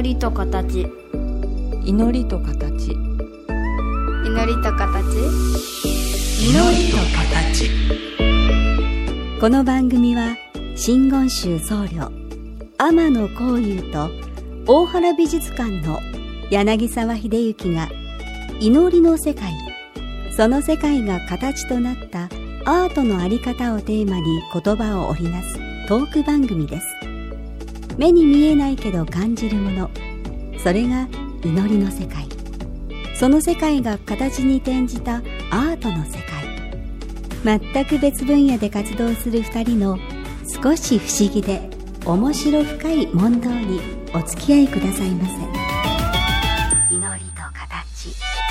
祈りと形、 祈りと形、 祈りと形、 祈りと形。 この番組は真言宗僧侶天野幸雄と大原美術館の柳沢秀行が祈りの世界、その世界が形となったアートのあり方をテーマに言葉を織りなすトーク番組です。目に見えないけど感じるもの、それが祈りの世界。その世界が形に転じたアートの世界。全く別分野で活動する二人の少し不思議で面白深い問答にお付き合いくださいませ。祈りと形。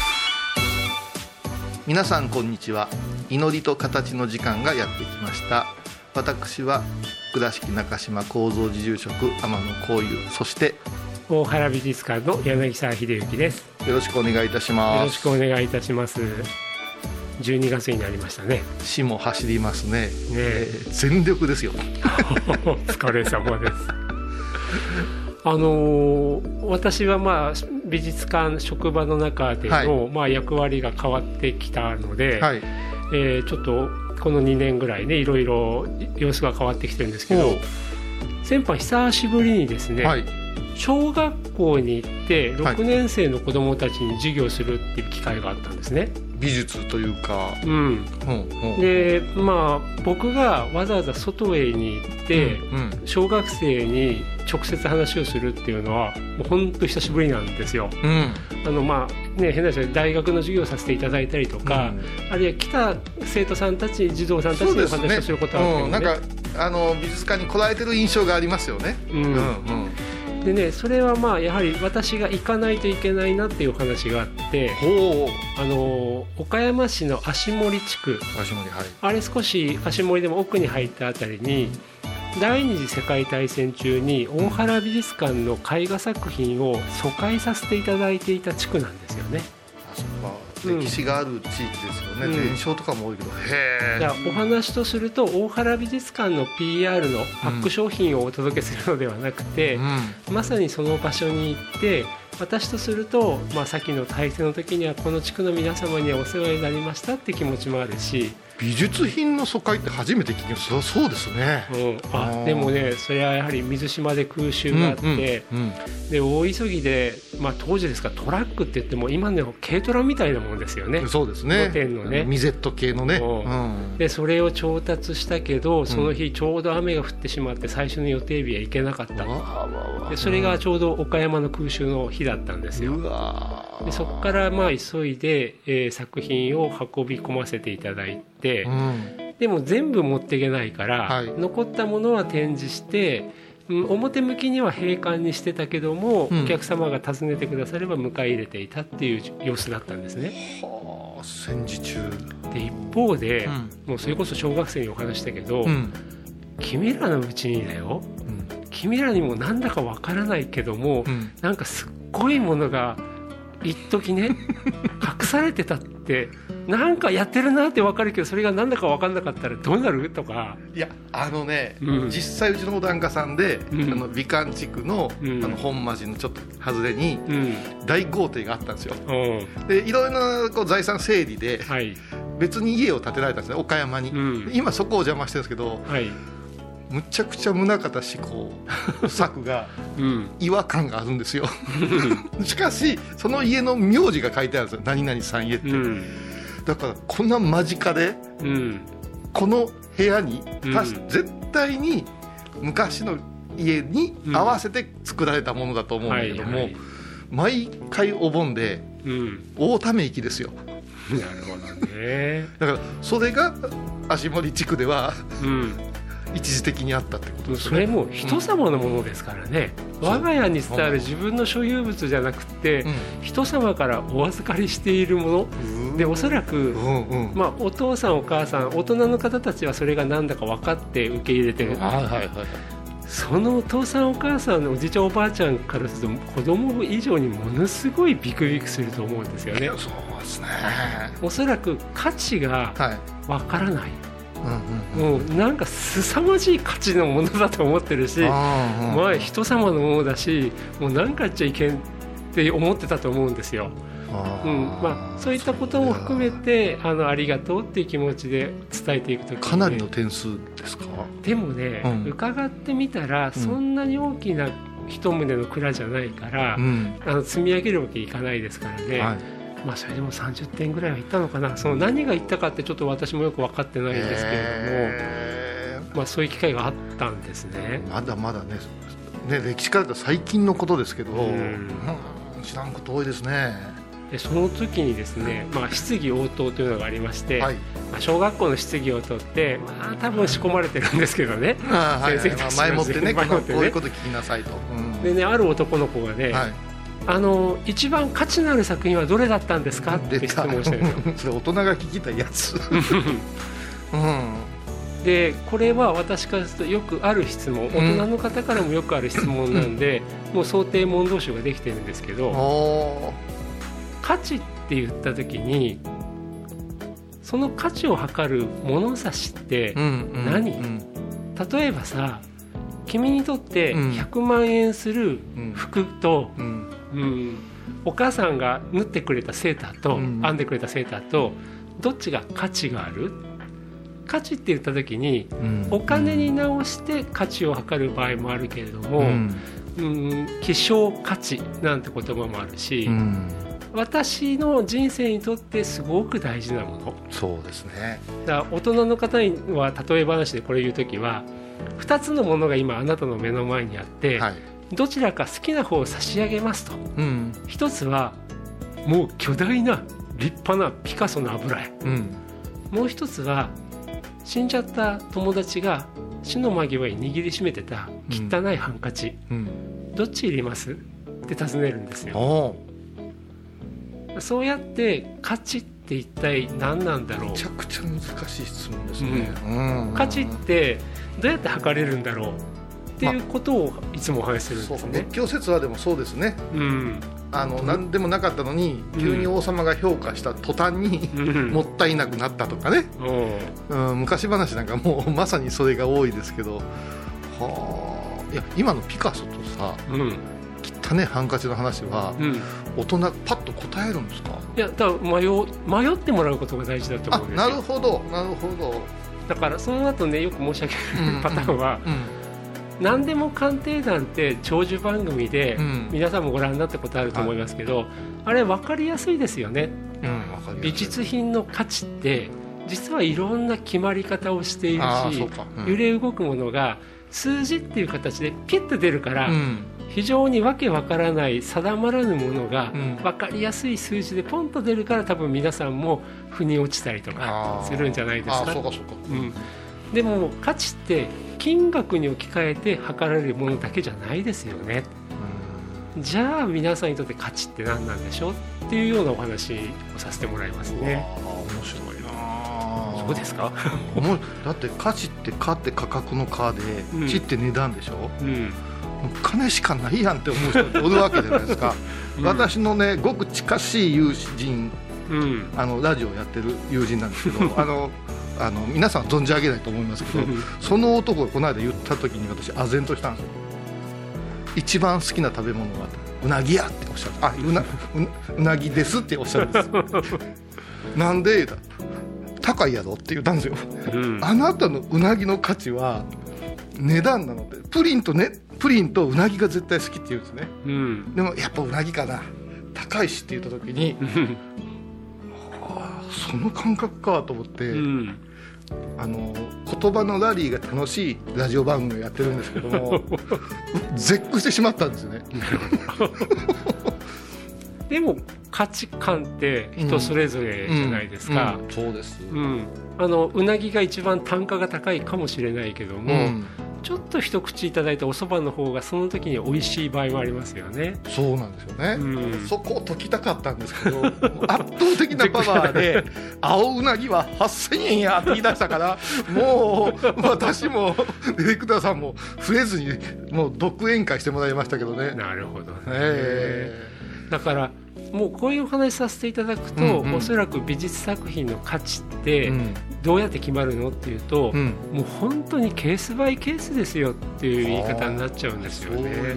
皆さんこんにちは。祈りと形の時間がやってきました。私は倉敷中島構造寺住職天野幸雄、そして大原美術館の柳沢秀行です。 よろしくお願いいたします。 よろしくお願いいたします。12月になりましたね。 死も走りますね。全力ですよ。 お疲れ様です。私は美術館職場の中での、役割が変わってきたので、ちょっとこの2年ぐらいね、いろいろ様子が変わってきてるんですけど、先般久しぶりにですね、小学校に行って6年生の子どもたちに授業するっていう機会があったんですね。 美術というか、 で僕がわざわざ外へに行って、小学生に直接話をするっていうのはもう本当久しぶりなんですよ。変な話で大学の授業をさせていただいたりとか、あるいは来た生徒さんたち、児童さんたちにお話をすることはあるけどね、なんか美術館に来られてる印象がありますよね。 でね、それはやはり私が行かないといけないなっていう話があって、岡山市の足森地区、あれ少し足森でも奥に入ったあたりに第二次世界大戦中に大原美術館の絵画作品を疎開させていただいていた地区なんですよね。 歴史がある地域ですよね。伝承とかも多いけど、 じゃあお話とすると大原美術館の PR のパック商品をお届けするのではなくて、まさにその場所に行って私とすると、さっきの大戦の時にはこの地区の皆様にはお世話になりましたって気持ちもあるし、 美術品の疎開って初めて聞きました。そうですね。 でもね、それはやはり水島で空襲があって、で大急ぎで、当時ですからトラックって言っても今の軽トラみたいなものですよね。 そうですね。ミゼット系のね。 でそれを調達したけど、その日ちょうど雨が降ってしまって最初の予定日は行けなかったで、それがちょうど岡山の空襲の日だったんですよ。でそこから急いで、作品を運び込ませていただいて、でも全部持っていけないから、残ったものは展示して、表向きには閉館にしてたけども、お客様が訪ねてくだされば迎え入れていたっていう様子だったんですね。 戦時中で一方で、もうそれこそ小学生にお話したけど、君らのうちにだよ、君らにもなんだかわからないけども、なんかすっごいものが一時ね隠されてたって、なんかやってるなって分かるけど、それがなんだか分かんなかったらどうなるとか。 いや実際うちのお檀家さんで、美観地区の、本町のちょっと外れに、大豪邸があったんですよ。でいろいろな財産整理で、別に家を建てられたんですね、岡山に。今そこを邪魔してるんですけど、むちゃくちゃ宗像志功作が違和感があるんですよ。しかしその家の名字が書いてあるんですよ、何々さん家って。だからこんな間近で、この部屋に、絶対に昔の家に合わせて作られたものだと思うんだけども、毎回お盆で大ため息ですよ。 なるほどね。 だからそれが足森地区では、一時的にあったってことですね。 それも人様のものですからね、我が家に伝わる自分の所有物じゃなくて、人様からお預かりしているもので、おそらく、お父さんお母さん大人の方たちはそれが何だか分かって受け入れてる、そのお父さんお母さんのおじいちゃんおばあちゃんからすると子供以上にものすごいビクビクすると思うんですよね。 そうですね。 おそらく価値が分からない、 もうなんか凄まじい価値のものだと思ってるし、まあ人様のものだし、もう何かやっちゃいけんって思ってたと思うんですよ。まあ、そういったことも含めてありがとうっていう気持ちで伝えていくときに、 かなりの点数ですか？ でもね、伺ってみたらそんなに大きな一棟の蔵じゃないから、積み上げるわけいかないですからね、まあ、それでも30点ぐらいはいったのかな。その何がいったかってちょっと私もよく分かってないんですけれども、まあ、そういう機会があったんですね。 まだまだ ね歴史から言うと最近のことですけど、知らんこと多いですね。 でその時にですね、まあ、質疑応答というのがありまして、まあ、小学校の質疑応答って、まあ、多分仕込まれてるんですけどね、先生たち前もってね、こういうこと聞きなさいと、 でね、ある男の子がね、一番価値のある作品はどれだったんですかって質問してるんですよ。 それ大人が聞きたいやつでこれは私からするとよくある質問、大人の方からもよくある質問なんで、もう想定問答集ができてるんですけど、価値って言った時にその価値を測る物差しって何？例えばさ、君にとって100万円する服と、お母さんが縫ってくれたセーターと、編んでくれたセーターとどっちが価値がある？価値って言った時に、お金に直して価値を測る場合もあるけれども、希少価値なんて言葉もあるし、私の人生にとってすごく大事なもの。 そうですね。 だから大人の方には例え話でこれ言うときは、2つのものが今あなたの目の前にあって、どちらか好きな方を差し上げますと、一つはもう巨大な立派なピカソの油絵、もう一つは死んじゃった友達が死の間際に握りしめてた汚いハンカチ、どっち入れますって尋ねるんですよ。そうやって価値って一体何なんだろう。 めちゃくちゃ難しい質問ですね。 価値ってどうやって測れるんだろうっていうことをいつもお話しするんですね。 熱狂説話でもそうですね。何でもなかったのに急に王様が評価した途端にもったいなくなったとかね、昔話なんかもうまさにそれが多いですけど、いや今のピカソとさ、汚ねハンカチの話は、大人パッと答えるんですか？ いや、だから迷ってもらうことが大事だと思うんですよ。 なるほどなるほど。 だからその後ね、よく申し上げるパターンは、何でも鑑定団って長寿番組で、皆さんもご覧になったことあると思いますけど、あれ分かりやすいですよね。美術品の価値って実はいろんな決まり方をしているし、揺れ動くものが数字っていう形でピッと出るから、非常にわけわからない定まらぬものが分かりやすい数字でポンと出るから、多分皆さんも腑に落ちたりとかするんじゃないですか。でも価値って金額に置き換えて測られるものだけじゃないですよね。じゃあ皆さんにとって価値って何なんでしょうっていうようなお話をさせてもらいますね。 面白いな。 そうですか？ だって価値って価って価格の価で、値って値段でしょ。金しかないやんって思う人っておるわけじゃないですか。私のね、ごく近しい友人、ラジオやってる友人なんですけど、皆さん存じ上げないと思いますけど、その男がこの間言った時に私唖然としたんですよ。一番好きな食べ物はうなぎやっておっしゃる。うなぎですっておっしゃるんですよ。なんで高いやろって言ったんですよ。あなたのうなぎの価値は値段なので、プリンとうなぎが絶対好きって言うんですね。でもやっぱうなぎかな、高いしって言った時にその感覚かと思って、言葉のラリーが楽しいラジオ番組をやってるんですけども絶句してしまったんですよね。 でも価値観って人それぞれじゃないですか。 そうです。 うなぎが一番単価が高いかもしれないけども、ちょっと一口いただいたお蕎麦の方がその時に美味しい場合もありますよね。 そうなんですよね。そこを解きたかったんですけど、圧倒的なパワーで青うなぎは8000円やって言い出したから、もう私もディレクターさんも触れずにもう独演会してもらいましたけどね。 なるほどね。だからもうこういうお話させていただくと、おそらく美術作品の価値って、 どうやって決まるのっていうと、もう本当にケースバイケースですよっていう言い方になっちゃうんですよね。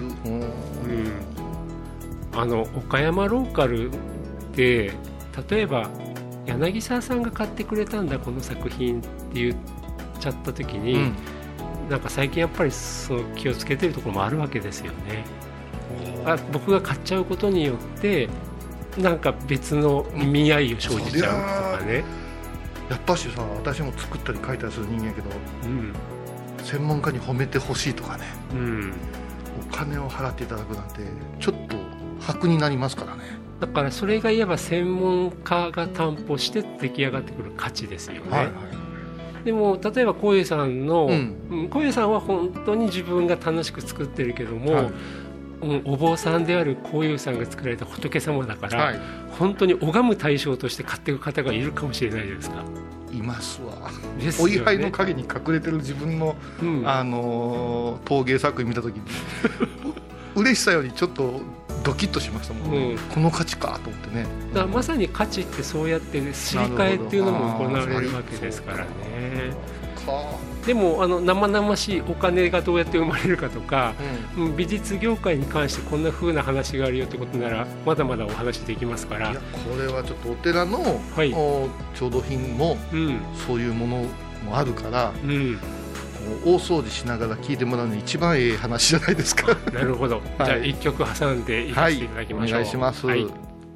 岡山ローカルで例えば柳沢さんが買ってくれたんだこの作品って言っちゃった時に、なんか最近やっぱりそう気をつけてるところもあるわけですよね。僕が買っちゃうことによってなんか別の意味合いを生じちゃうとかね。 やっぱしさ、私も作ったり書いたりする人間やけど、専門家に褒めてほしいとかね、お金を払っていただくなんてちょっと箔になりますからね。 だからそれがいわば専門家が担保して出来上がってくる価値ですよね。でも例えば小遊さんの、小遊さんは本当に自分が楽しく作ってるけども、お坊さんである小遊さんが作られた仏様だから、本当に拝む対象として買っていく方がいるかもしれないじゃないですか。 いますわ。 ですよね。 お位牌の陰に隠れてる自分の、陶芸作品見た時に嬉しさよりちょっとドキッとしましたもんね、この価値かと思ってね。 だからまさに価値ってそうやって、ね、すり替えっていうのも行われるわけですからね。でも生々しいお金がどうやって生まれるかとか、美術業界に関してこんな風な話があるよってことならまだまだお話できますから。 いやこれはちょっとお寺の、調度品も、そういうものもあるから、大掃除しながら聞いてもらうのに一番いい話じゃないですか。 なるほど、じゃあ1曲挟んでいかせていただきましょう。 お願いします。 祈り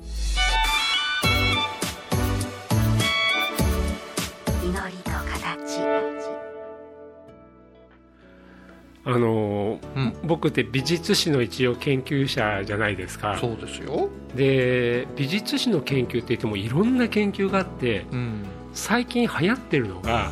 と形。 僕って美術史の一応研究者じゃないですか。 そうですよ。 で美術史の研究って言ってもいろんな研究があって、最近流行ってるのが、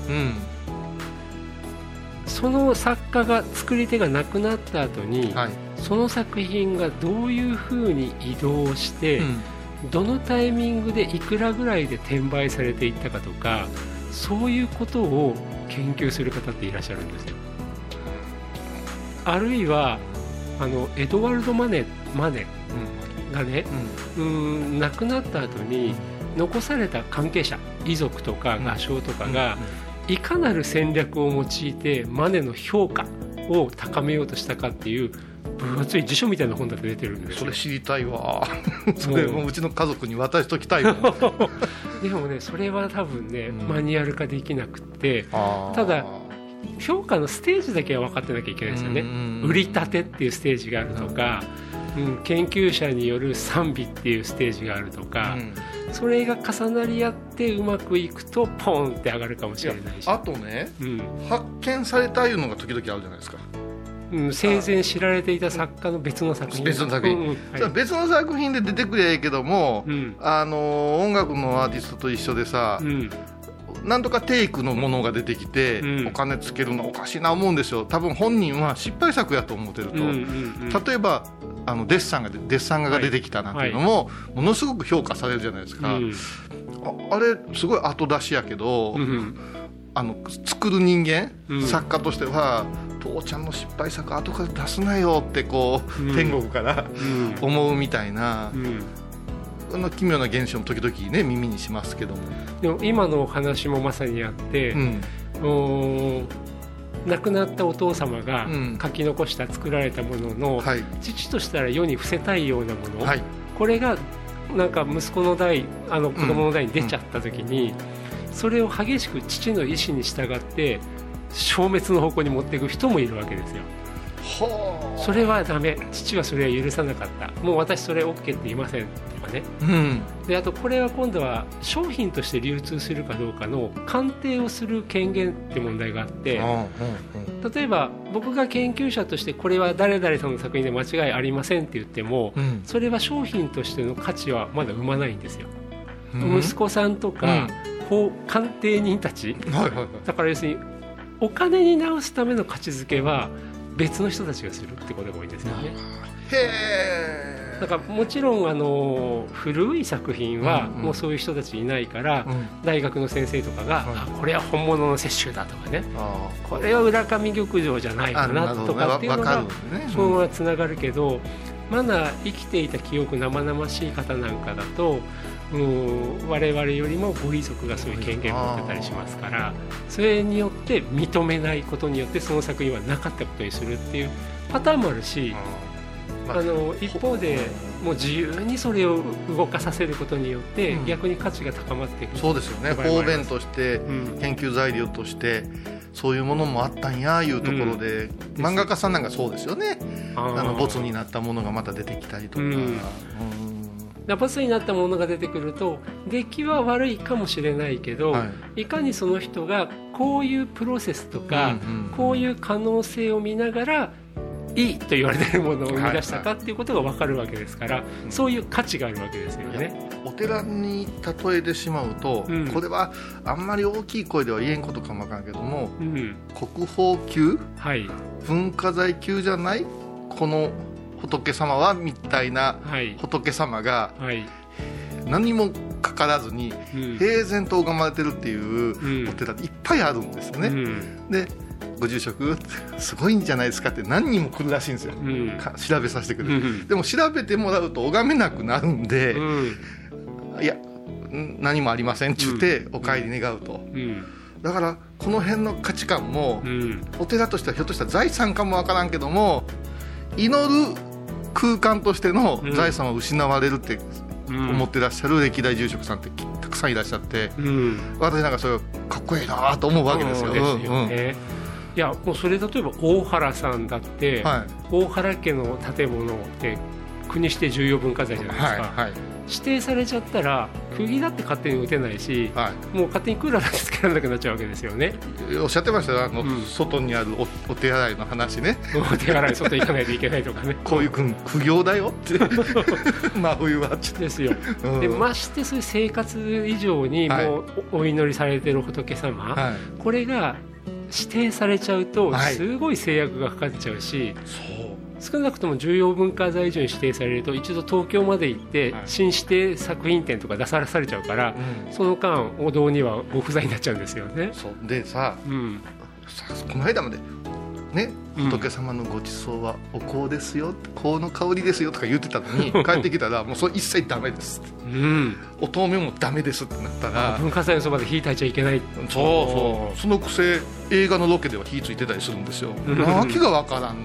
その作家が作り手が亡くなった後に、その作品がどういうふうに移動して、どのタイミングでいくらぐらいで転売されていったかとか、そういうことを研究する方っていらっしゃるんですよ。あるいはエドワルド・マネがね、亡くなった後に残された関係者、遺族とか画商とかが、いかなる戦略を用いてマネの評価を高めようとしたかっていう分厚い辞書みたいな本だって出てるんですよ。 それ知りたいわ。それもうちの家族に渡しときたいわ。 でもね、それは多分ね、マニュアル化できなくって、ただ評価のステージだけは分かってなきゃいけないですよね。売り立てっていうステージがあるとか、研究者による賛美っていうステージがあるとか、それが重なり合ってうまくいくとポンって上がるかもしれないし、 あとね、発見されたいうのが時々あるじゃないですか。 生前知られていた作家の別の作品、 別の作品で出てくりゃいいけども、音楽のアーティストと一緒でさ、なんとかテイクのものが出てきて、お金つけるのおかしいな思うんですよ。多分本人は失敗作やと思ってると、例えばデッサン画が出てきたなんていうのも、ものすごく評価されるじゃないですか。あれすごい後出しやけど、作る人間、作家としては父ちゃんの失敗作後から出すなよってこう、天国から思うみたいな、奇妙な現象も時々ね耳にしますけども。 でも今の話もまさにあって、亡くなったお父様が書き残した作られたものの、父としたら世に伏せたいようなもの、これがなんか息子の代、子供の代に出ちゃった時に、それを激しく父の意思に従って消滅の方向に持っていく人もいるわけですよ。それはダメ、父はそれは許さなかった、もう私それ OK って言いませんとかね、であとこれは今度は商品として流通するかどうかの鑑定をする権限って問題があって、例えば僕が研究者としてこれは誰々さんの作品で間違いありませんって言っても、それは商品としての価値はまだ生まないんですよ。息子さんとか、鑑定人たち、だから要するにお金に直すための価値づけは別の人たちがするってことが多いんですよね。だからもちろん古い作品はもうそういう人たちいないから、大学の先生とかが、これは本物の雪舟だとかね、これは浦上玉城じゃないかなとかっていうのがそのままつながるけど、まだ生きていた記憶生々しい方なんかだと、 我々よりもご遺族がそういう権限を持ってたりしますから、それによって認めないことによってその作品はなかったことにするっていうパターンもあるし、一方でもう自由にそれを動かさせることによって逆に価値が高まっていく、 そうですよね。方便として研究材料としてそういうものもあったんやいうところで、漫画家さんなんかそうですよね。ボツになったものがまた出てきたりとか、 ボツになったものが出てくると出来は悪いかもしれないけど、いかにその人がこういうプロセスとか、こういう可能性を見ながらいいと言われているものを生み出したかっていうことが分かるわけですから、そういう価値があるわけですよね。 お寺に例えてしまうと、これはあんまり大きい声では言えんことかもわからんけども、国宝級、文化財級じゃないこの仏様はみたいな仏様が何もかからずに平然と拝まれてるっていうお寺っていっぱいあるんですよね。でご住職すごいんじゃないですかって何人も来るらしいんですよ、調べさせてくれる、でも調べてもらうと拝めなくなるんで、いや何もありませんって言ってお帰り願うと、だからこの辺の価値観も、お寺としてはひょっとしたら財産かもわからんけども祈る空間としての財産は失われるって思ってらっしゃる歴代住職さんってたくさんいらっしゃって、私なんかそれかっこいいなと思うわけですよ。 いやもうそれ例えば大原さんだって、大原家の建物って国指定重要文化財じゃないですか、指定されちゃったら釘だって勝手に打てないし、もう勝手にクーラーだけつけられなくなっちゃうわけですよね。 おっしゃってましたよ、外にある お手洗いの話ね。 お手洗い外行かないといけないとかねこういう苦行だよって真冬はですよ、でましてそういう生活以上にもうお祈りされてる仏様、これが指定されちゃうとすごい制約がかかっちゃうし、少なくとも重要文化財以上に指定されると一度東京まで行って新指定作品展とか出されちゃうから、その間お堂にはご不在になっちゃうんですよね。 そうでさ、この間までね、仏様のご馳走はお香ですよ、香の香りですよとか言ってたのに帰ってきたらもうそれ一切ダメですって、お灯明もダメですってなったら、 文化財のそばで火焚いちゃいけない。 そのくせ映画のロケでは火ついてたりするんですよ。わけがわからん。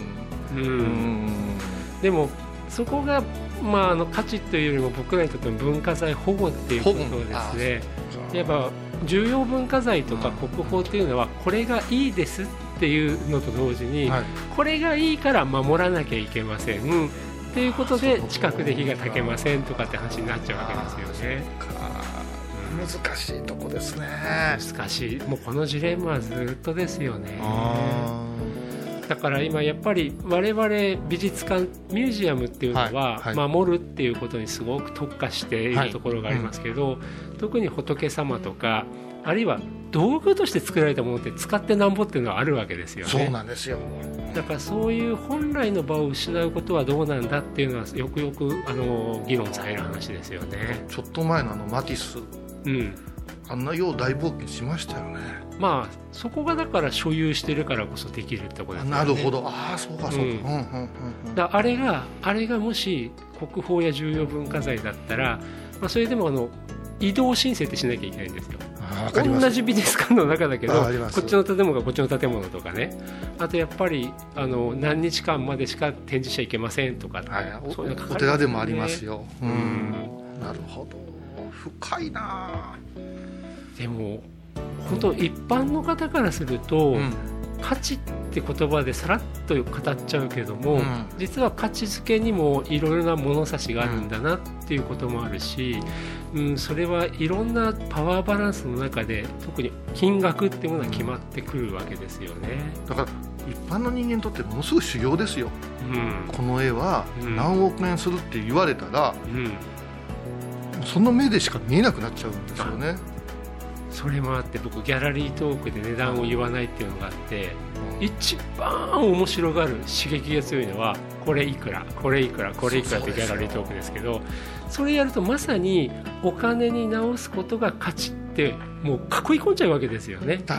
でもそこが、価値というよりも僕らにとっての文化財保護っていうことですね。やっぱ重要文化財とか国宝っていうのはこれがいいですっていうのと同時に、これがいいから守らなきゃいけませんっていうことで近くで火が焚けませんとかって話になっちゃうわけですよね。 難しいとこですね。 難しい。もうこのジレンマはずっとですよね。だから今やっぱり我々美術館ミュージアムっていうのは守るっていうことにすごく特化しているところがありますけど、特に仏様とかあるいは道具として作られたものって使ってなんぼっていうのはあるわけですよね。 そうなんですよ。 だからそういう本来の場を失うことはどうなんだっていうのはよくよく議論される話ですよね。 ちょっと前のマティス、あんなよう大冒険しましたよね。 そこがだから所有してるからこそできるってことですよね。 なるほど。そうかそうか。 あれがもし国宝や重要文化財だったら、それでも移動申請ってしなきゃいけないんですよ。同じ美術館の中だけどこっちの建物がこっちの建物とかね、あとやっぱり何日間までしか展示しちゃいけませんとか、 そういうのお寺でもありますよ。なるほど。深いな。 でも本当一般の方からすると、価値って言葉でさらっと語っちゃうけども、実は価値づけにもいろいろな物差しがあるんだなっていうこともあるし、それはいろんなパワーバランスの中で特に金額っていうものが決まってくるわけですよね。 だから一般の人間にとってものすごい修行ですよ。この絵は何億円するって言われたら、その目でしか見えなくなっちゃうんですよね。 それもあって僕ギャラリートークで値段を言わないっていうのがあって、一番面白がる刺激が強いのはこれいくらこれいくらこれいくらってギャラリートークですけど、それやるとまさにお金に直すことが価値ってもう囲い込んじゃうわけですよね。 だから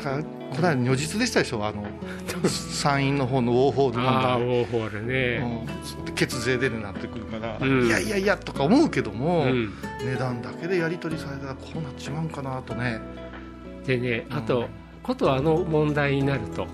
これは如実でしたでしょ、山陰の方のウォーホール問題。 ウォーホールね、 血税出るなってくるから、いやいやいやとか思うけども、値段だけでやり取りされたらこうなっちまうんかなとね。 でね、あとこと問題になると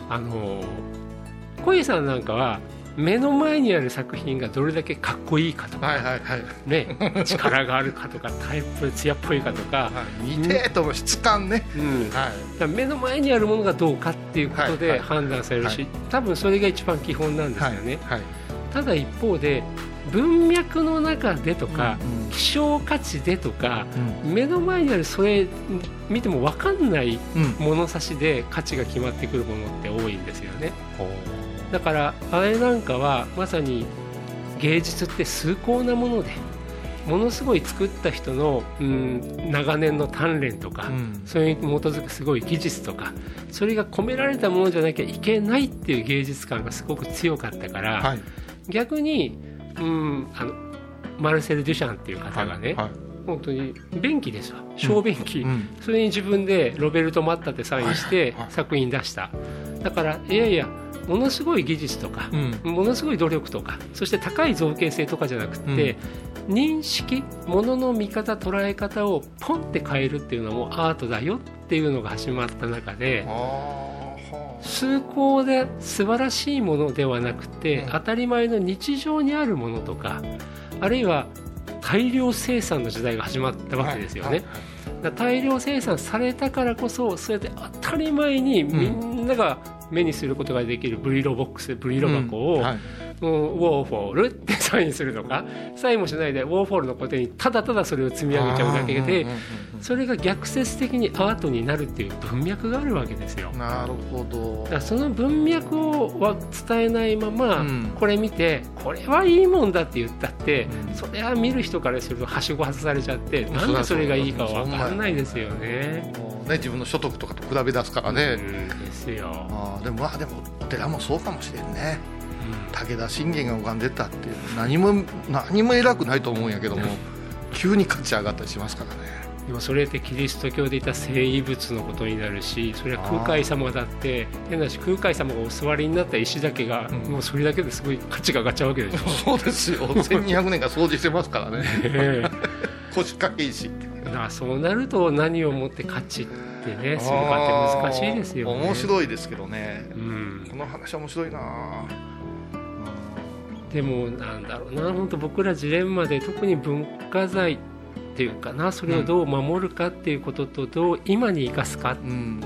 小井さんなんかは目の前にある作品がどれだけかっこいいかとか、ね、力があるかとかタイプ艶っぽいかとか、 見てと質感ね、 目の前にあるものがどうかっていうことで判断されるし、多分それが一番基本なんですよね。ただ一方で文脈の中でとか、希少価値でとか、目の前にあるそれ見ても分かんない物差しで価値が決まってくるものって多いんですよね。だからあれなんかはまさに芸術って崇高なもので、ものすごい作った人の、長年の鍛錬とか、それに基づくすごい技術とか、それが込められたものじゃなきゃいけないっていう芸術感がすごく強かったから、逆にマルセル・デュシャンっていう方がね、本当に便器ですわ、小便器、それに自分でロベルト・マッタってサインして作品出した。だからいやいや、ものすごい技術とか、ものすごい努力とか、そして高い造形性とかじゃなくて、認識、ものの見方、捉え方をポンって変えるっていうのもアートだよっていうのが始まった中で、崇高で素晴らしいものではなくて、当たり前の日常にあるものとか、あるいは大量生産の時代が始まったわけですよね。大量生産されたからこそ、そうやって当たり前にみんなが目にすることができるブリロボックス、ブリロ箱を、ウォーフォールってサインするとか、サインもしないでウォーフォールの固定にただただそれを積み上げちゃうだけで、それが逆説的にアートになるっていう文脈があるわけですよ。 なるほど。 だからその文脈を伝えないまま、これ見てこれはいいもんだって言ったって、それは見る人からするとはしご外されちゃって、なんでそれがいいか分かんないですよね。 自分の所得とかと比べ出すからね。 ですよ。 でもお寺もそうかもしれんね。武田信玄が拝んでたっていう、何も偉くないと思うんやけども、急に価値上がったりしますからね。 今それってキリスト教でいた聖遺物のことになるし、それは空海様だって変だし、空海様がお座りになった石だけが、もうそれだけですごい価値が上がっちゃうわけでしょ。 そうですよ、1200年間掃除してますからね。腰掛け石。 だからそうなると何をもって価値ってね、するかって難しいですよね。 面白いですけどね、この話は面白いな。 でもなんだろうな、本当僕らジレンマで、特に文化財っていうかな、それをどう守るかっていうことと、どう今に生かすか、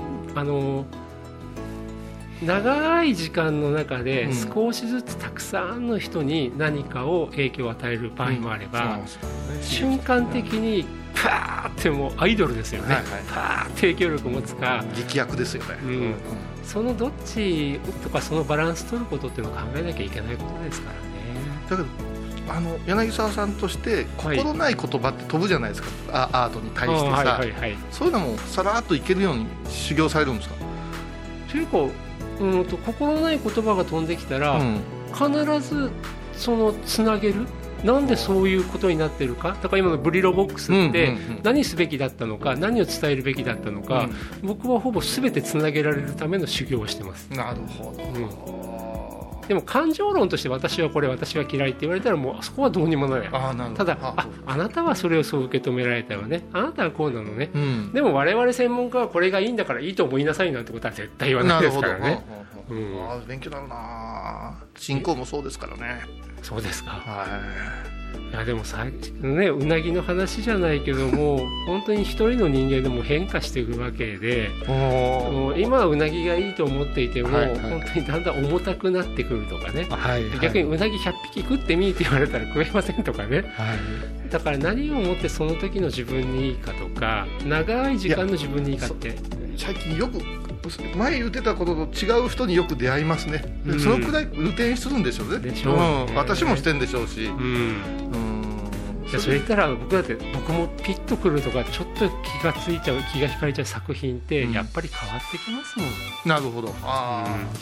長い時間の中で少しずつたくさんの人に何かを影響を与える場合もあれば、瞬間的にパーってもうアイドルですよね、パーって影響力を持つか、 劇薬ですよね、 そのどっちとか、そのバランス取ることっていうのを考えなきゃいけないことですからね。 だけど柳沢さんとして心ない言葉って飛ぶじゃないですか、アートに対してさ、そういうのもさらっといけるように修行されるんですか？ というか、心ない言葉が飛んできたら、必ずそのつなげる、なんでそういうことになってるか、だから今のブリロボックスって何すべきだったのか、何を伝えるべきだったのか、僕はほぼ全てつなげられるための修行をしてます。 なるほど、 でも感情論として私は嫌いって言われたら、もうそこはどうにもならない。ただ、あなたはそれをそう受け止められたよね、あなたはこうなのね、でも我々専門家はこれがいいんだからいいと思いなさいなんてことは絶対言わないですからね。 勉強になるな。信仰もそうですからね。 そうですか。いやでもさっきのね、うなぎの話じゃないけども、本当に一人の人間でも変化していくわけで、今はうなぎがいいと思っていても、本当にだんだん重たくなってくるとかね、逆にうなぎ100匹食ってみって言われたら食えませんとかね、だから何をもってその時の自分にいいかとか、長い時間の自分にいいかって、 最近よく前言ってたことと違う人によく出会いますね、そのくらい運転するんでしょうね。私もしてんでしょうし、 それ言ったら僕もピッとくるとか、ちょっと気が引かれちゃう作品ってやっぱり変わってきますもん。 なるほど。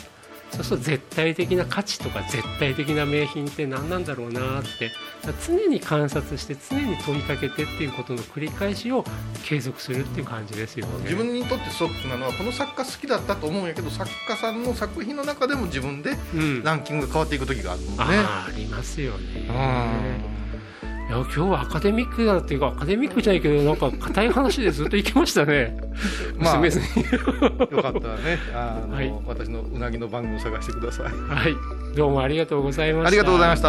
そうすると絶対的な価値とか絶対的な名品って何なんだろうなって、常に観察して常に問いかけてっていうことの繰り返しを継続するっていう感じですよね。 自分にとってストックなのはこの作家好きだったと思うんやけど、作家さんの作品の中でも自分でランキングが変わっていく時があるもんね。 ありますよね。いや今日はアカデミックだっていうか、アカデミックじゃないけどなんか硬い話でずっといけましたね。 まあ、 娘ずによかったらねはい、 私のうなぎの番組を探してください。 はい、どうもありがとうございました。 ありがとうございました。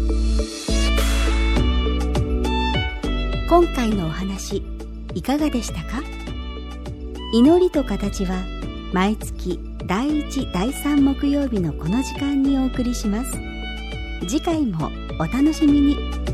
今回のお話いかがでしたか？祈りと形は毎月第1第3木曜日のこの時間にお送りします。次回もお楽しみに。